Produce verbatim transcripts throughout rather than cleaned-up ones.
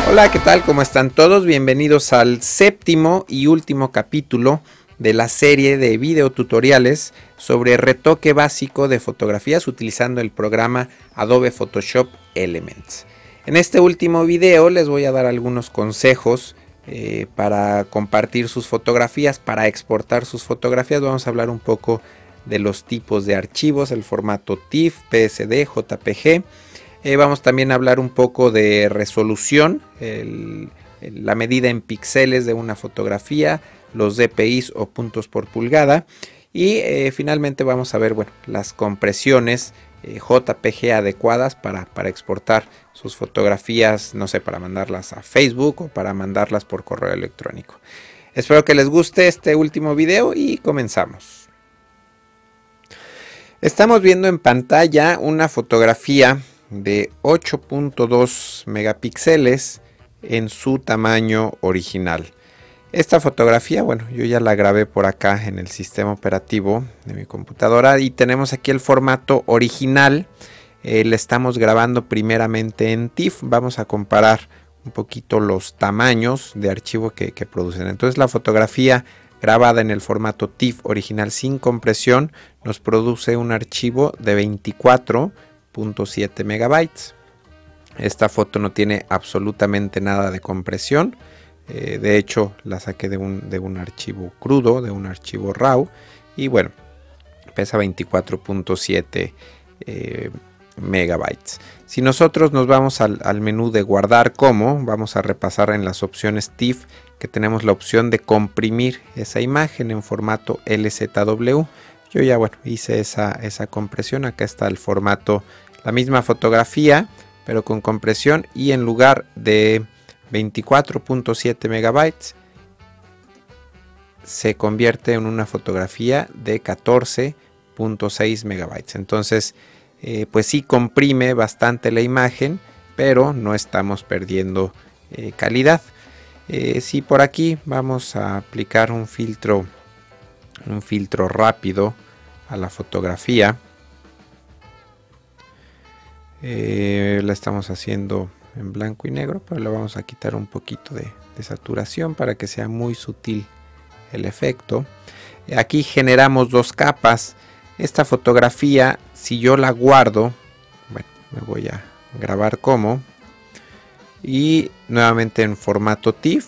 Hola, ¿qué tal? ¿Cómo están todos? Bienvenidos al séptimo y último capítulo de la serie de videotutoriales sobre retoque básico de fotografías utilizando el programa Adobe Photoshop Elements. En este último video les voy a dar algunos consejos eh, para compartir sus fotografías, para exportar sus fotografías. Vamos a hablar un poco de los tipos de archivos, el formato TIFF, P S D, J P G. Eh, vamos también a hablar un poco de resolución, el, el, la medida en píxeles de una fotografía, los D P Is o puntos por pulgada. Y eh, finalmente vamos a ver bueno, las compresiones eh, J P G adecuadas para, para exportar sus fotografías, no sé, para mandarlas a Facebook o para mandarlas por correo electrónico. Espero que les guste este último video y comenzamos. Estamos viendo en pantalla una fotografía de ocho punto dos megapíxeles en su tamaño original. Esta fotografía, bueno, yo ya la grabé por acá en el sistema operativo de mi computadora y tenemos aquí el formato original. Eh, le estamos grabando primeramente en TIFF. Vamos a comparar un poquito los tamaños de archivo que, que producen. Entonces la fotografía grabada en el formato TIFF original sin compresión nos produce un archivo de veinticuatro punto siete megabytes. Esta foto no tiene absolutamente nada de compresión. Eh, de hecho la saqué de un, de un archivo crudo, de un archivo RAW. Y bueno, pesa veinticuatro punto siete eh, megabytes. Si nosotros nos vamos al, al menú de guardar como, vamos a repasar en las opciones TIFF que tenemos la opción de comprimir esa imagen en formato L Z W. Yo ya bueno hice esa, esa compresión. Acá está el formato, la misma fotografía pero con compresión, y en lugar de veinticuatro punto siete megabytes se convierte en una fotografía de catorce punto seis megabytes. Entonces eh, pues sí comprime bastante la imagen, pero no estamos perdiendo eh, calidad. Eh, si por aquí vamos a aplicar un filtro un filtro rápido a la fotografía, eh, la estamos haciendo en blanco y negro, pero le vamos a quitar un poquito de, de saturación para que sea muy sutil el efecto. Aquí generamos dos capas. Esta fotografía, si yo la guardo, bueno, me voy a grabar como, y nuevamente en formato TIFF,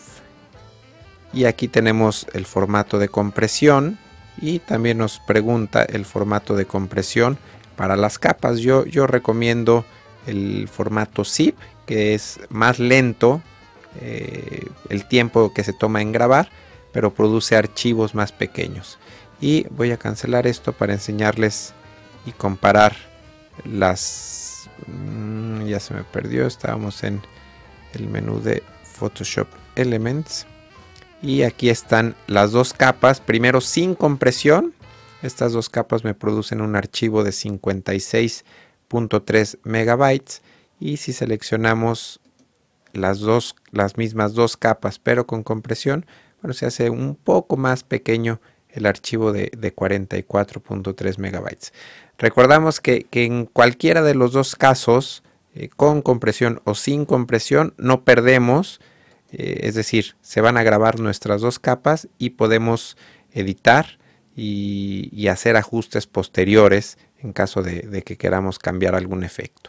y aquí tenemos el formato de compresión y también nos pregunta el formato de compresión para las capas. Yo, yo recomiendo el formato zip, que es más lento eh, el tiempo que se toma en grabar, pero produce archivos más pequeños. Y voy a cancelar esto para enseñarles y comparar las... Mmm, ya se me perdió, estábamos en el menú de Photoshop Elements. Y aquí están las dos capas, primero sin compresión. Estas dos capas me producen un archivo de cincuenta y seis punto tres megabytes. Y si seleccionamos las, dos, las mismas dos capas pero con compresión, bueno, se hace un poco más pequeño el archivo de, de cuarenta y cuatro punto tres megabytes. Recordamos que, que en cualquiera de los dos casos, eh, con compresión o sin compresión, no perdemos. Eh, es decir, se van a grabar nuestras dos capas y podemos editar y, y hacer ajustes posteriores en caso de, de que queramos cambiar algún efecto.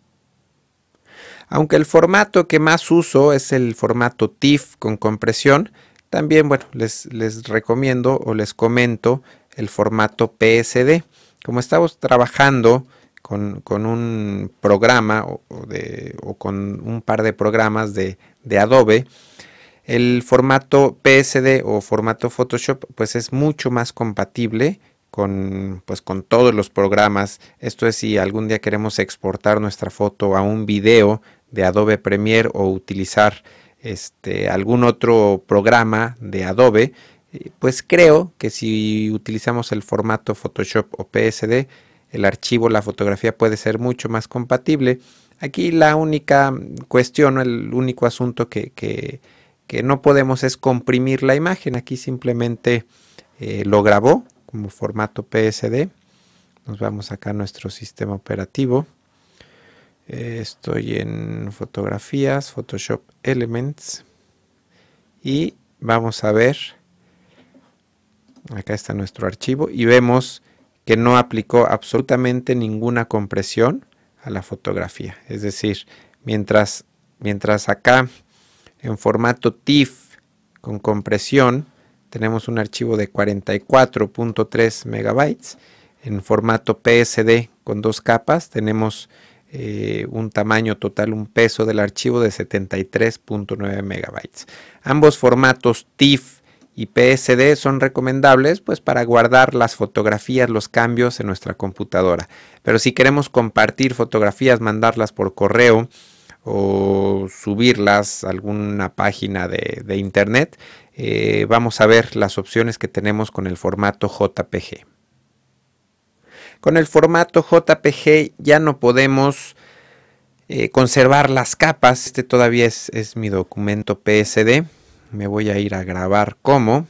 Aunque el formato que más uso es el formato TIFF con compresión, también bueno, les, les recomiendo o les comento el formato P S D. Como estamos trabajando con, con un programa o, o, de, o con un par de programas de, de Adobe, el formato P S D o formato Photoshop pues es mucho más compatible con, pues, con todos los programas. Esto es, si algún día queremos exportar nuestra foto a un video de Adobe Premiere o utilizar este, algún otro programa de Adobe, pues creo que si utilizamos el formato Photoshop o P S D, el archivo, la fotografía puede ser mucho más compatible. Aquí la única cuestión, el único asunto que, que, que no podemos es comprimir la imagen. Aquí simplemente eh, lo grabó como formato P S D. Nos vamos acá a nuestro sistema operativo. Eh, estoy en fotografías, Photoshop Elements. Y vamos a ver. Acá está nuestro archivo. Y vemos que no aplicó absolutamente ninguna compresión a la fotografía. Es decir, mientras, mientras acá en formato TIFF con compresión tenemos un archivo de cuarenta y cuatro punto tres megabytes. En formato P S D con dos capas tenemos eh, un tamaño total, un peso del archivo de setenta y tres punto nueve megabytes. Ambos formatos TIFF y P S D son recomendables pues para guardar las fotografías, los cambios en nuestra computadora. Pero si queremos compartir fotografías, mandarlas por correo o subirlas a alguna página de, de internet, eh, vamos a ver las opciones que tenemos con el formato J P G. Con el formato J P G ya no podemos eh, conservar las capas. Este todavía es, es mi documento P S D. Me voy a ir a grabar como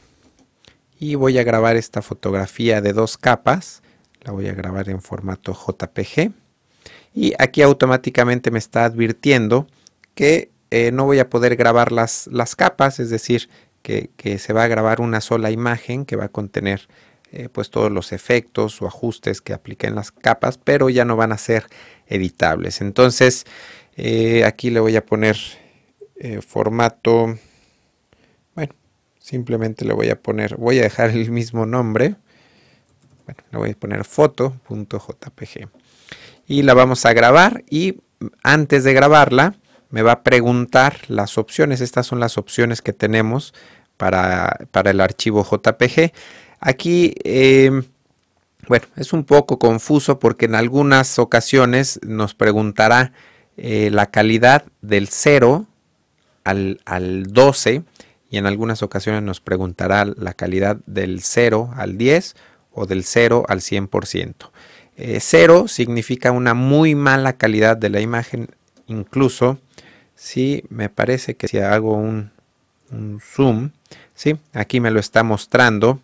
y voy a grabar esta fotografía de dos capas. La voy a grabar en formato J P G. Y aquí automáticamente me está advirtiendo que eh, no voy a poder grabar las, las capas, es decir, que, que se va a grabar una sola imagen que va a contener eh, pues todos los efectos o ajustes que apliqué en las capas, pero ya no van a ser editables. Entonces eh, aquí le voy a poner eh, formato, bueno, simplemente le voy a poner, voy a dejar el mismo nombre, bueno, le voy a poner foto.jpg. Y la vamos a grabar y antes de grabarla me va a preguntar las opciones. Estas son las opciones que tenemos para, para el archivo J P G. Aquí, eh, bueno, es un poco confuso porque en algunas ocasiones nos preguntará eh, la calidad del cero al, al doce y en algunas ocasiones nos preguntará la calidad del cero al diez o del cero al cien por ciento. Eh, cero significa una muy mala calidad de la imagen, incluso si me parece que si hago un, un zoom, ¿sí? Aquí me lo está mostrando,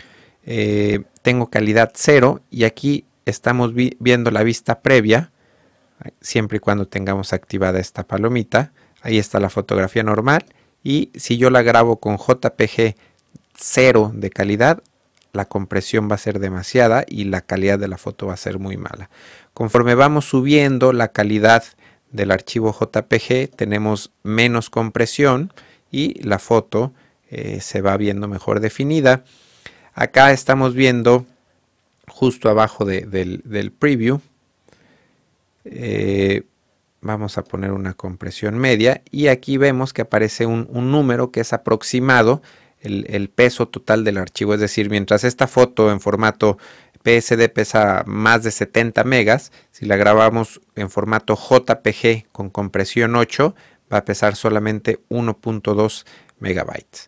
eh, tengo calidad cero y aquí estamos vi viendo la vista previa, siempre y cuando tengamos activada esta palomita. Ahí está la fotografía normal y si yo la grabo con J P G cero de calidad, la compresión va a ser demasiada y la calidad de la foto va a ser muy mala. Conforme vamos subiendo la calidad del archivo J P G, tenemos menos compresión y la foto eh, se va viendo mejor definida. Acá estamos viendo justo abajo de, del, del preview, eh, vamos a poner una compresión media y aquí vemos que aparece un, un número que es aproximado El, el peso total del archivo, es decir, mientras esta foto en formato P S D pesa más de setenta megas, si la grabamos en formato J P G con compresión ocho, va a pesar solamente uno punto dos megabytes.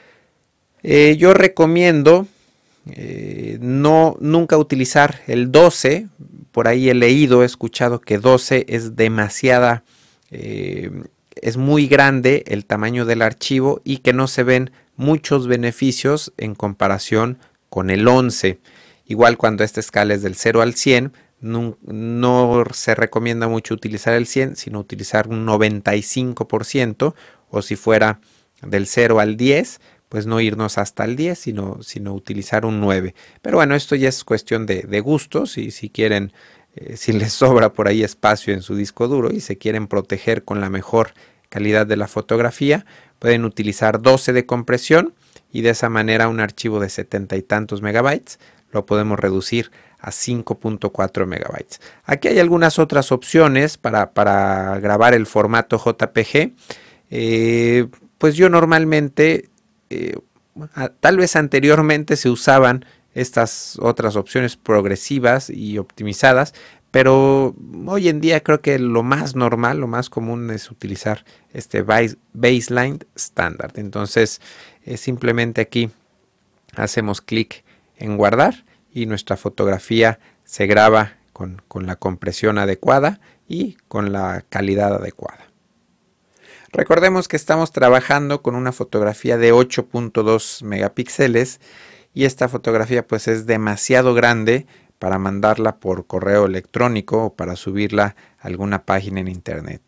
Eh, yo recomiendo eh, no, nunca utilizar el doce, por ahí he leído, he escuchado que doce es demasiada, eh, es muy grande el tamaño del archivo y que no se ven muchos beneficios en comparación con el once. Igual cuando esta escala es del cero al cien, no, no se recomienda mucho utilizar el cien, sino utilizar un noventa y cinco por ciento, o si fuera del cero al diez, pues no irnos hasta el diez, sino, sino utilizar un nueve. Pero bueno, esto ya es cuestión de, de gustos, y si quieren, eh, si les sobra por ahí espacio en su disco duro y se quieren proteger con la mejor calidad de la fotografía, pueden utilizar doce de compresión y de esa manera un archivo de setenta y tantos megabytes lo podemos reducir a cinco punto cuatro megabytes. Aquí hay algunas otras opciones para, para grabar el formato J P G. Eh, pues yo normalmente, eh, tal vez anteriormente se usaban estas otras opciones progresivas y optimizadas, pero hoy en día creo que lo más normal, lo más común es utilizar este baseline estándar. Entonces eh, simplemente aquí hacemos clic en guardar y nuestra fotografía se graba con, con la compresión adecuada y con la calidad adecuada. Recordemos que estamos trabajando con una fotografía de ocho punto dos megapíxeles y esta fotografía pues es demasiado grande para mandarla por correo electrónico o para subirla alguna página en internet.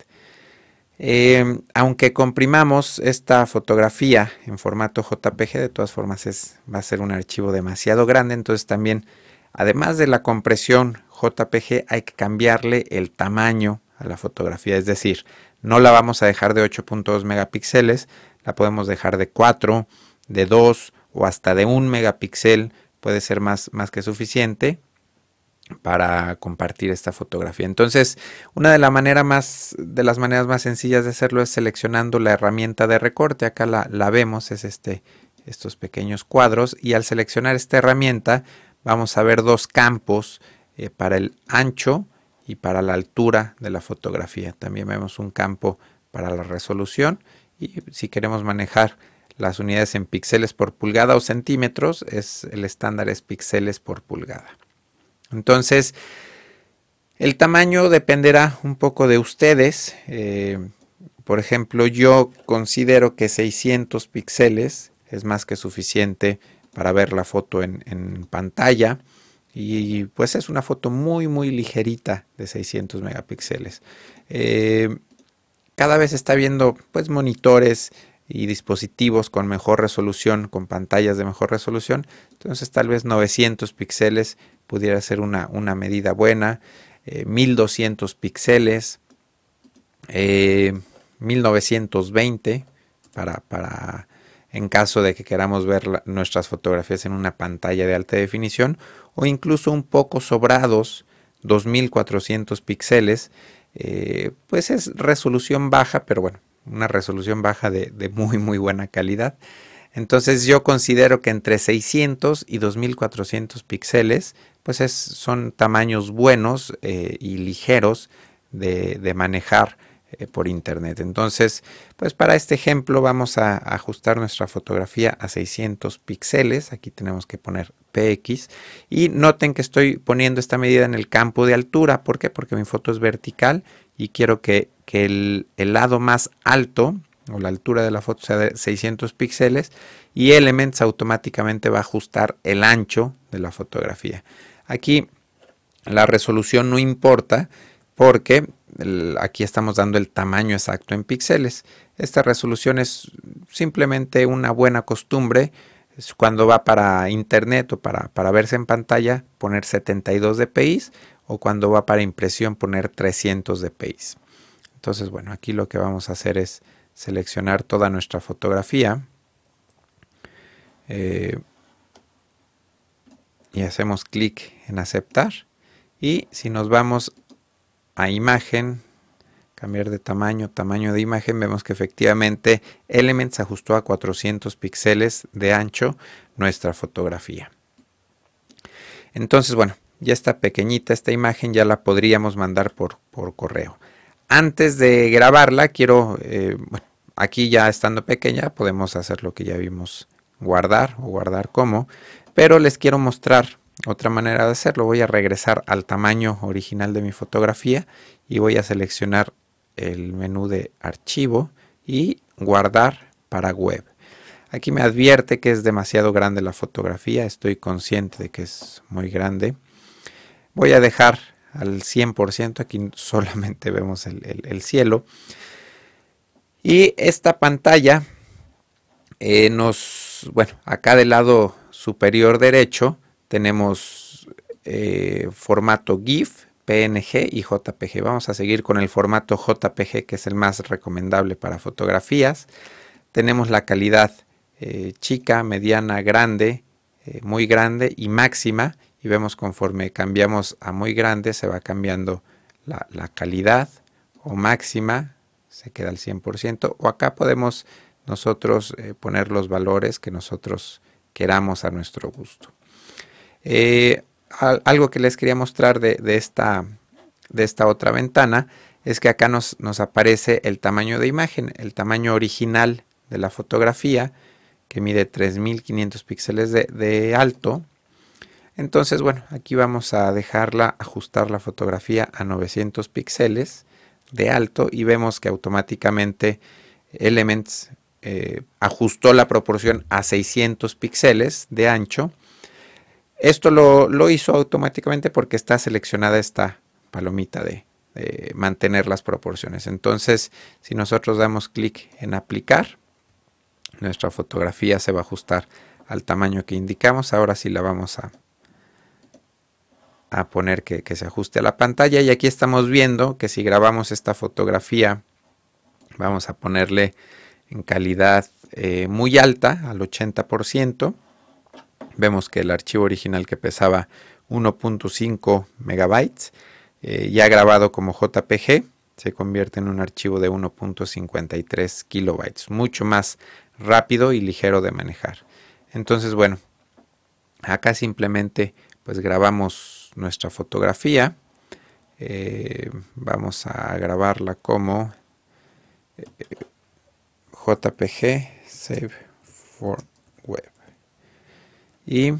Eh, aunque comprimamos esta fotografía en formato J P G, de todas formas es, va a ser un archivo demasiado grande, entonces también, además de la compresión J P G, hay que cambiarle el tamaño a la fotografía, es decir, no la vamos a dejar de ocho punto dos megapíxeles, la podemos dejar de cuatro, de dos o hasta de un megapíxel, puede ser más, más que suficiente para compartir esta fotografía. Entonces, una de, la manera más, de las maneras más sencillas de hacerlo es seleccionando la herramienta de recorte. Acá la, la vemos, es este, estos pequeños cuadros, y al seleccionar esta herramienta vamos a ver dos campos eh, para el ancho y para la altura de la fotografía. También vemos un campo para la resolución, y si queremos manejar las unidades en píxeles por pulgada o centímetros, es, el estándar es píxeles por pulgada. Entonces, el tamaño dependerá un poco de ustedes. Eh, por ejemplo, yo considero que seiscientos píxeles es más que suficiente para ver la foto en, en pantalla. Y pues es una foto muy muy ligerita de seiscientos megapíxeles. Eh, cada vez está viendo pues monitores y dispositivos con mejor resolución, con pantallas de mejor resolución. Entonces tal vez novecientos píxeles pudiera ser una, una medida buena. Eh, mil doscientos píxeles, eh, mil novecientos veinte para, para en caso de que queramos ver la, nuestras fotografías en una pantalla de alta definición, o incluso un poco sobrados, dos mil cuatrocientos píxeles. Eh, pues es resolución baja, pero bueno, una resolución baja de, de muy muy buena calidad. Entonces yo considero que entre seiscientos y dos mil cuatrocientos píxeles pues es, son tamaños buenos eh, y ligeros de, de manejar eh, por internet. Entonces pues para este ejemplo vamos a, a ajustar nuestra fotografía a seiscientos píxeles. Aquí tenemos que poner P X, y noten que estoy poniendo esta medida en el campo de altura. ¿Por qué? Porque mi foto es vertical y quiero que, que el, el lado más alto o la altura de la foto sea de seiscientos píxeles, y Elements automáticamente va a ajustar el ancho de la fotografía. Aquí la resolución no importa porque el, aquí estamos dando el tamaño exacto en píxeles. Esta resolución es simplemente una buena costumbre. Es cuando va para internet o para, para verse en pantalla, poner setenta y dos dpi, o cuando va para impresión poner trescientos dpi. Entonces bueno, aquí lo que vamos a hacer es seleccionar toda nuestra fotografía eh, y hacemos clic en aceptar, y si nos vamos a imagen, cambiar de tamaño, tamaño de imagen, vemos que efectivamente Elements ajustó a cuatrocientos píxeles de ancho nuestra fotografía. Entonces bueno, ya está pequeñita esta imagen, ya la podríamos mandar por, por correo. Antes de grabarla quiero, eh, bueno, aquí ya estando pequeña podemos hacer lo que ya vimos, guardar o guardar como, pero les quiero mostrar otra manera de hacerlo. Voy a regresar al tamaño original de mi fotografía y voy a seleccionar el menú de archivo y guardar para web. Aquí me advierte que es demasiado grande la fotografía, estoy consciente de que es muy grande. Voy a dejar al cien por ciento, aquí solamente vemos el, el, el cielo. Y esta pantalla eh, nos, bueno, acá del lado superior derecho tenemos eh, formato GIF, P N G y J P G. Vamos a seguir con el formato J P G, que es el más recomendable para fotografías. Tenemos la calidad eh, chica, mediana, grande, eh, muy grande y máxima. Y vemos conforme cambiamos a muy grande se va cambiando la, la calidad, o máxima se queda al cien por ciento, o acá podemos nosotros eh, poner los valores que nosotros queramos a nuestro gusto. Eh, algo que les quería mostrar de, de, esta, de esta otra ventana es que acá nos, nos aparece el tamaño de imagen, el tamaño original de la fotografía, que mide tres mil quinientos píxeles de, de alto. Entonces, bueno, aquí vamos a dejarla, ajustar la fotografía a novecientos píxeles de alto, y vemos que automáticamente Elements eh, ajustó la proporción a seiscientos píxeles de ancho. Esto lo, lo hizo automáticamente porque está seleccionada esta palomita de, eh, mantener las proporciones. Entonces, si nosotros damos clic en aplicar, nuestra fotografía se va a ajustar al tamaño que indicamos. Ahora sí la vamos a, a poner que, que se ajuste a la pantalla. Y aquí estamos viendo que si grabamos esta fotografía, vamos a ponerle en calidad eh, muy alta, al ochenta por ciento. Vemos que el archivo original, que pesaba uno punto cinco megabytes, eh, ya grabado como J P G, se convierte en un archivo de uno punto cincuenta y tres kilobytes, mucho más rápido y ligero de manejar. Entonces, bueno, acá simplemente pues grabamos nuestra fotografía. Eh, vamos a grabarla como eh, J P G Save for Web. Y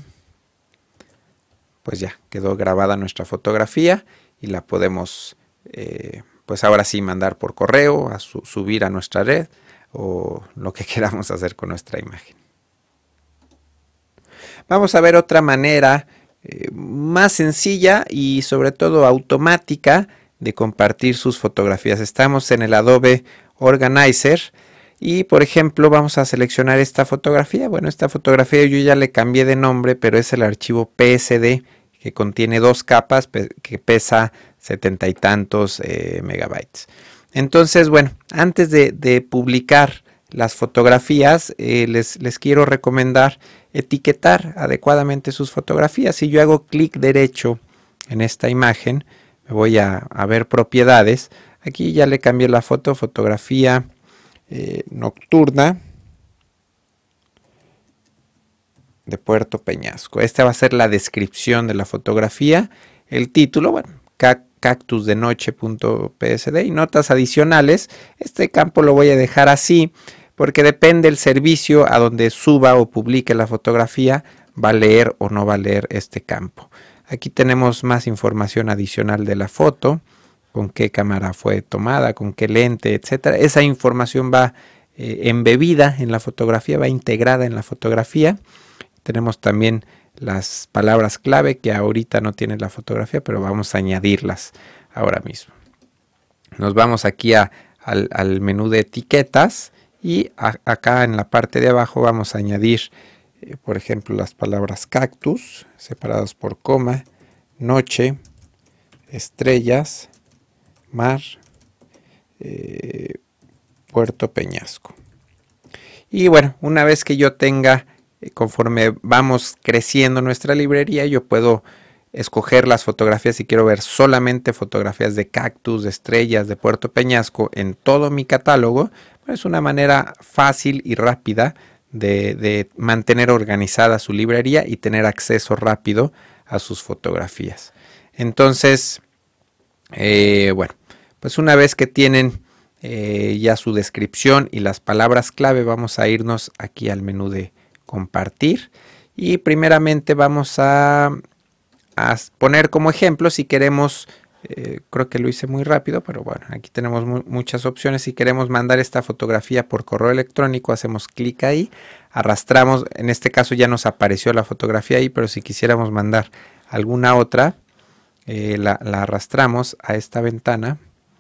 pues ya quedó grabada nuestra fotografía y la podemos eh, pues ahora sí mandar por correo, a su, subir a nuestra red o lo que queramos hacer con nuestra imagen. Vamos a ver otra manera eh, más sencilla y sobre todo automática de compartir sus fotografías. Estamos en el Adobe Organizer y por ejemplo vamos a seleccionar esta fotografía. Bueno, esta fotografía yo ya le cambié de nombre, pero es el archivo P S D, que contiene dos capas, pe que pesa setenta y tantos eh, megabytes. Entonces, bueno, antes de, de publicar las fotografías, eh, les, les quiero recomendar etiquetar adecuadamente sus fotografías. Si yo hago clic derecho en esta imagen, me voy a, a ver propiedades. Aquí ya le cambié la foto, fotografía eh, nocturna de Puerto Peñasco. Esta va a ser la descripción de la fotografía. El título, bueno, cactus de noche punto P S D, y notas adicionales. Este campo lo voy a dejar así porque depende del servicio a donde suba o publique la fotografía, va a leer o no va a leer este campo. Aquí tenemos más información adicional de la foto, con qué cámara fue tomada, con qué lente, etcétera. Esa información va eh, embebida en la fotografía, va integrada en la fotografía. Tenemos también las palabras clave que ahorita no tiene la fotografía, pero vamos a añadirlas ahora mismo. Nos vamos aquí a, al, al menú de etiquetas y a, acá en la parte de abajo vamos a añadir, eh, por ejemplo, las palabras cactus, separadas por coma, noche, estrellas, mar, eh, Puerto Peñasco. Y bueno, una vez que yo tenga, conforme vamos creciendo nuestra librería, yo puedo escoger las fotografías. Si quiero ver solamente fotografías de cactus, de estrellas, de Puerto Peñasco en todo mi catálogo, pues es una manera fácil y rápida de, de mantener organizada su librería y tener acceso rápido a sus fotografías. Entonces, eh, bueno, pues una vez que tienen eh, ya su descripción y las palabras clave, vamos a irnos aquí al menú de compartir y primeramente vamos a, a poner como ejemplo si queremos, eh, creo que lo hice muy rápido, pero bueno, aquí tenemos mu muchas opciones. Si queremos mandar esta fotografía por correo electrónico, hacemos clic ahí, arrastramos, en este caso ya nos apareció la fotografía ahí, pero si quisiéramos mandar alguna otra, eh, la, la arrastramos a esta ventana.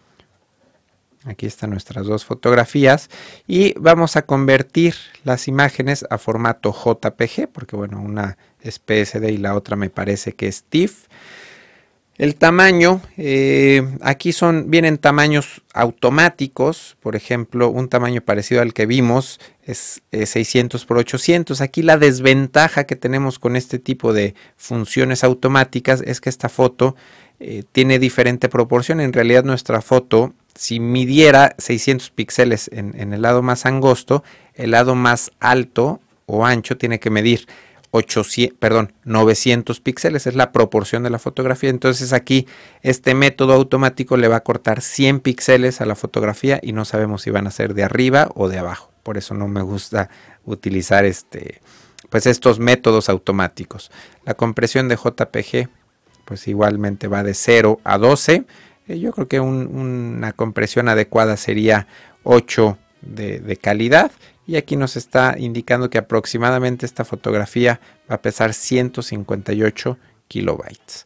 Aquí están nuestras dos fotografías y vamos a convertir las imágenes a formato J P G, porque bueno, una es P S D y la otra me parece que es TIFF. El tamaño, eh, aquí son, vienen tamaños automáticos. Por ejemplo, un tamaño parecido al que vimos es, es seiscientos por ochocientos. Aquí la desventaja que tenemos con este tipo de funciones automáticas es que esta foto eh, tiene diferente proporción. En realidad nuestra foto, si midiera seiscientos píxeles en, en el lado más angosto, el lado más alto o ancho tiene que medir ochocientos, perdón, novecientos píxeles, es la proporción de la fotografía. Entonces aquí este método automático le va a cortar cien píxeles a la fotografía y no sabemos si van a ser de arriba o de abajo. Por eso no me gusta utilizar este, pues estos métodos automáticos. La compresión de J P G pues igualmente va de cero a doce. Yo creo que un, una compresión adecuada sería ocho de, de calidad. Y aquí nos está indicando que aproximadamente esta fotografía va a pesar ciento cincuenta y ocho kilobytes.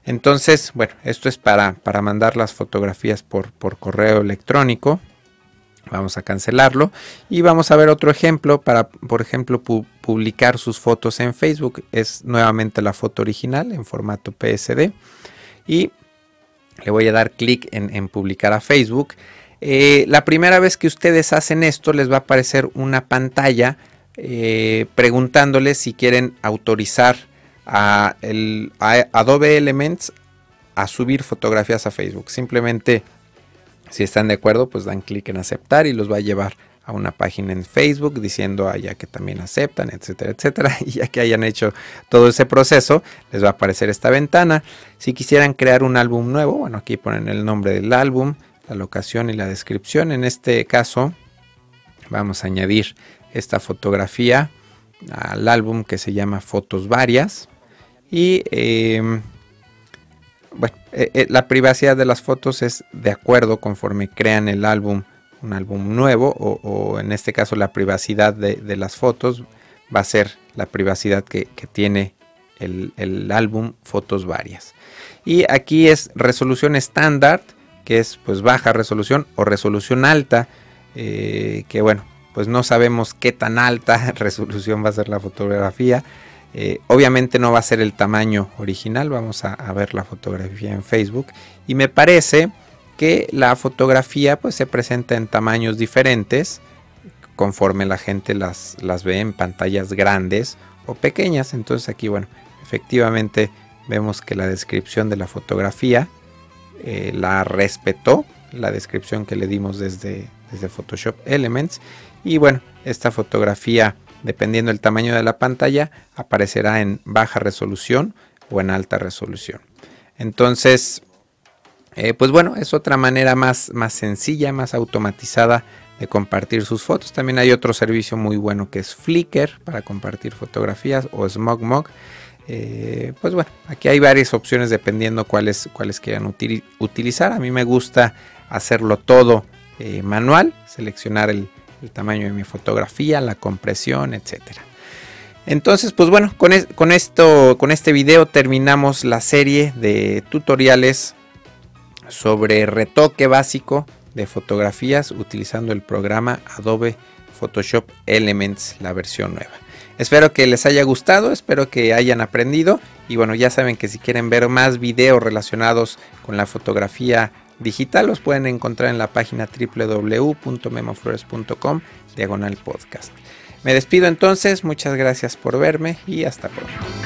Entonces, bueno, esto es para, para mandar las fotografías por, por correo electrónico. Vamos a cancelarlo y vamos a ver otro ejemplo para, por ejemplo, pu publicar sus fotos en Facebook. Es nuevamente la foto original en formato P S D y le voy a dar clic en, en publicar a Facebook. Eh, la primera vez que ustedes hacen esto les va a aparecer una pantalla eh, preguntándoles si quieren autorizar a, el, a Adobe Elements a subir fotografías a Facebook. Simplemente, si están de acuerdo, pues dan clic en aceptar y los va a llevar a una página en Facebook diciendo ah, ya que también aceptan, etcétera, etcétera. Y ya que hayan hecho todo ese proceso, les va a aparecer esta ventana. Si quisieran crear un álbum nuevo, bueno, aquí ponen el nombre del álbum, la locación y la descripción. En este caso, vamos a añadir esta fotografía al álbum que se llama Fotos Varias. Y eh, bueno, eh, eh, la privacidad de las fotos es de acuerdo conforme crean el álbum, un álbum nuevo, o, o en este caso la privacidad de, de las fotos va a ser la privacidad que, que tiene el, el álbum Fotos Varias. Y aquí es resolución estándar, que es pues baja resolución o resolución alta, eh, que bueno, pues no sabemos qué tan alta resolución va a ser la fotografía. Eh, obviamente no va a ser el tamaño original, vamos a, a ver la fotografía en Facebook y me parece que la fotografía pues se presenta en tamaños diferentes conforme la gente las, las ve en pantallas grandes o pequeñas. Entonces aquí bueno, efectivamente vemos que la descripción de la fotografía eh, la respetó, la descripción que le dimos desde, desde Photoshop Elements, y bueno, esta fotografía, dependiendo del tamaño de la pantalla, aparecerá en baja resolución o en alta resolución. Entonces, eh, pues bueno, es otra manera más, más sencilla, más automatizada de compartir sus fotos. También hay otro servicio muy bueno que es Flickr para compartir fotografías, o SmugMug. Eh, pues bueno, aquí hay varias opciones dependiendo cuáles, cuáles quieran util, utilizar. A mí me gusta hacerlo todo eh, manual, seleccionar el, el tamaño de mi fotografía, la compresión, etcétera. Entonces, pues bueno, con, es, con esto, con este video terminamos la serie de tutoriales sobre retoque básico de fotografías utilizando el programa Adobe Photoshop Elements, la versión nueva. Espero que les haya gustado, espero que hayan aprendido y bueno, ya saben que si quieren ver más videos relacionados con la fotografía digital los pueden encontrar en la página w w w punto memoflores punto com diagonal podcast. Me despido entonces, muchas gracias por verme y hasta pronto.